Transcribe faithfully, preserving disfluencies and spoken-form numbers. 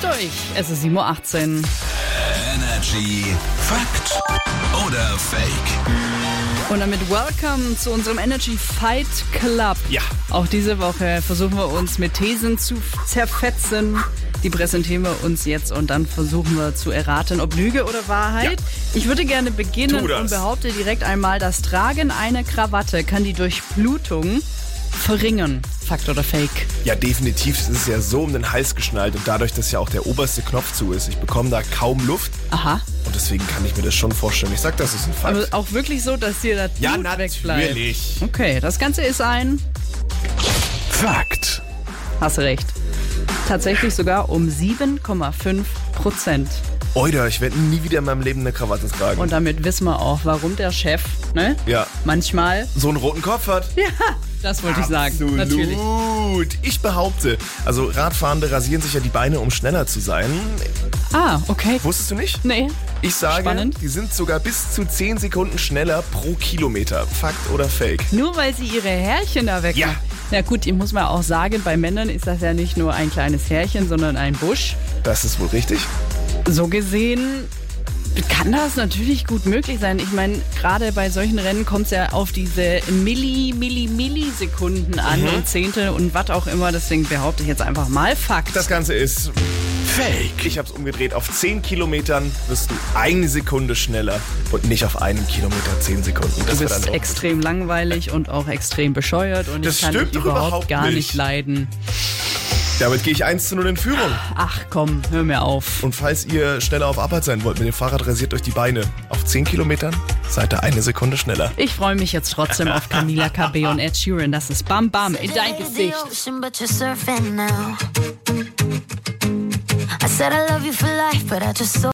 durch. Es ist sieben Uhr achtzehn. Energy Fakt oder Fake? Und damit welcome zu unserem Energy Fight Club. Ja. Auch diese Woche versuchen wir uns mit Thesen zu zerfetzen. Die präsentieren wir uns jetzt und dann versuchen wir zu erraten, ob Lüge oder Wahrheit. Ja. Ich würde gerne beginnen Tu das. und behaupte direkt einmal, das Tragen einer Krawatte kann die Durchblutung verringern. Fakt oder Fake? Ja, definitiv. Es ist ja so um den Hals geschnallt und dadurch, dass ja auch der oberste Knopf zu ist, ich bekomme da kaum Luft Aha. und deswegen kann ich mir das schon vorstellen. Ich sag, das ist ein Fakt. Aber auch wirklich so, dass dir das ja, Blut wegbleibt? natürlich. Okay, das Ganze ist ein... Fakt. Hast recht. Tatsächlich sogar um sieben Komma fünf Prozent. Oida, ich werde nie wieder in meinem Leben eine Krawatte tragen. Und damit wissen wir auch, warum der Chef, ne? ja, Manchmal... so einen roten Kopf hat. Ja, das wollte ich sagen. Absolut. Natürlich. Ich behaupte, also Radfahrende rasieren sich ja die Beine, um schneller zu sein. Ah, okay. Wusstest du nicht? Nee. Ich sage, Spannend. die sind sogar bis zu zehn Sekunden schneller pro Kilometer. Fakt oder Fake? Nur weil sie ihre Härchen da weg. Ja. Na gut, ich muss mal auch sagen, bei Männern ist das ja nicht nur ein kleines Härchen, sondern ein Busch. Das ist wohl richtig. So gesehen kann das natürlich gut möglich sein. Ich meine, gerade bei solchen Rennen kommt es ja auf diese Milli, Milli, Millisekunden an Mhm. und Zehntel und was auch immer. Deswegen behaupte ich jetzt einfach mal Fakt. Das Ganze ist Fake. Ich hab's umgedreht. Auf zehn Kilometern wirst du eine Sekunde schneller und nicht auf einem Kilometer zehn Sekunden. Das Du wär bist dann extrem langweilig und auch extrem bescheuert und Das ich kann stimmt dich doch überhaupt überhaupt gar nicht. nicht. leiden. Damit gehe ich eins zu null in Führung. Ach komm, hör mir auf. Und falls ihr schneller auf Arbeit sein wollt, mit dem Fahrrad rasiert euch die Beine. Auf zehn Kilometern seid ihr eine Sekunde schneller. Ich freue mich jetzt trotzdem auf Camila Cabello und Ed Sheeran. Das ist Bam Bam in dein Gesicht. But you're surfing now. I said I love you for life, but I just so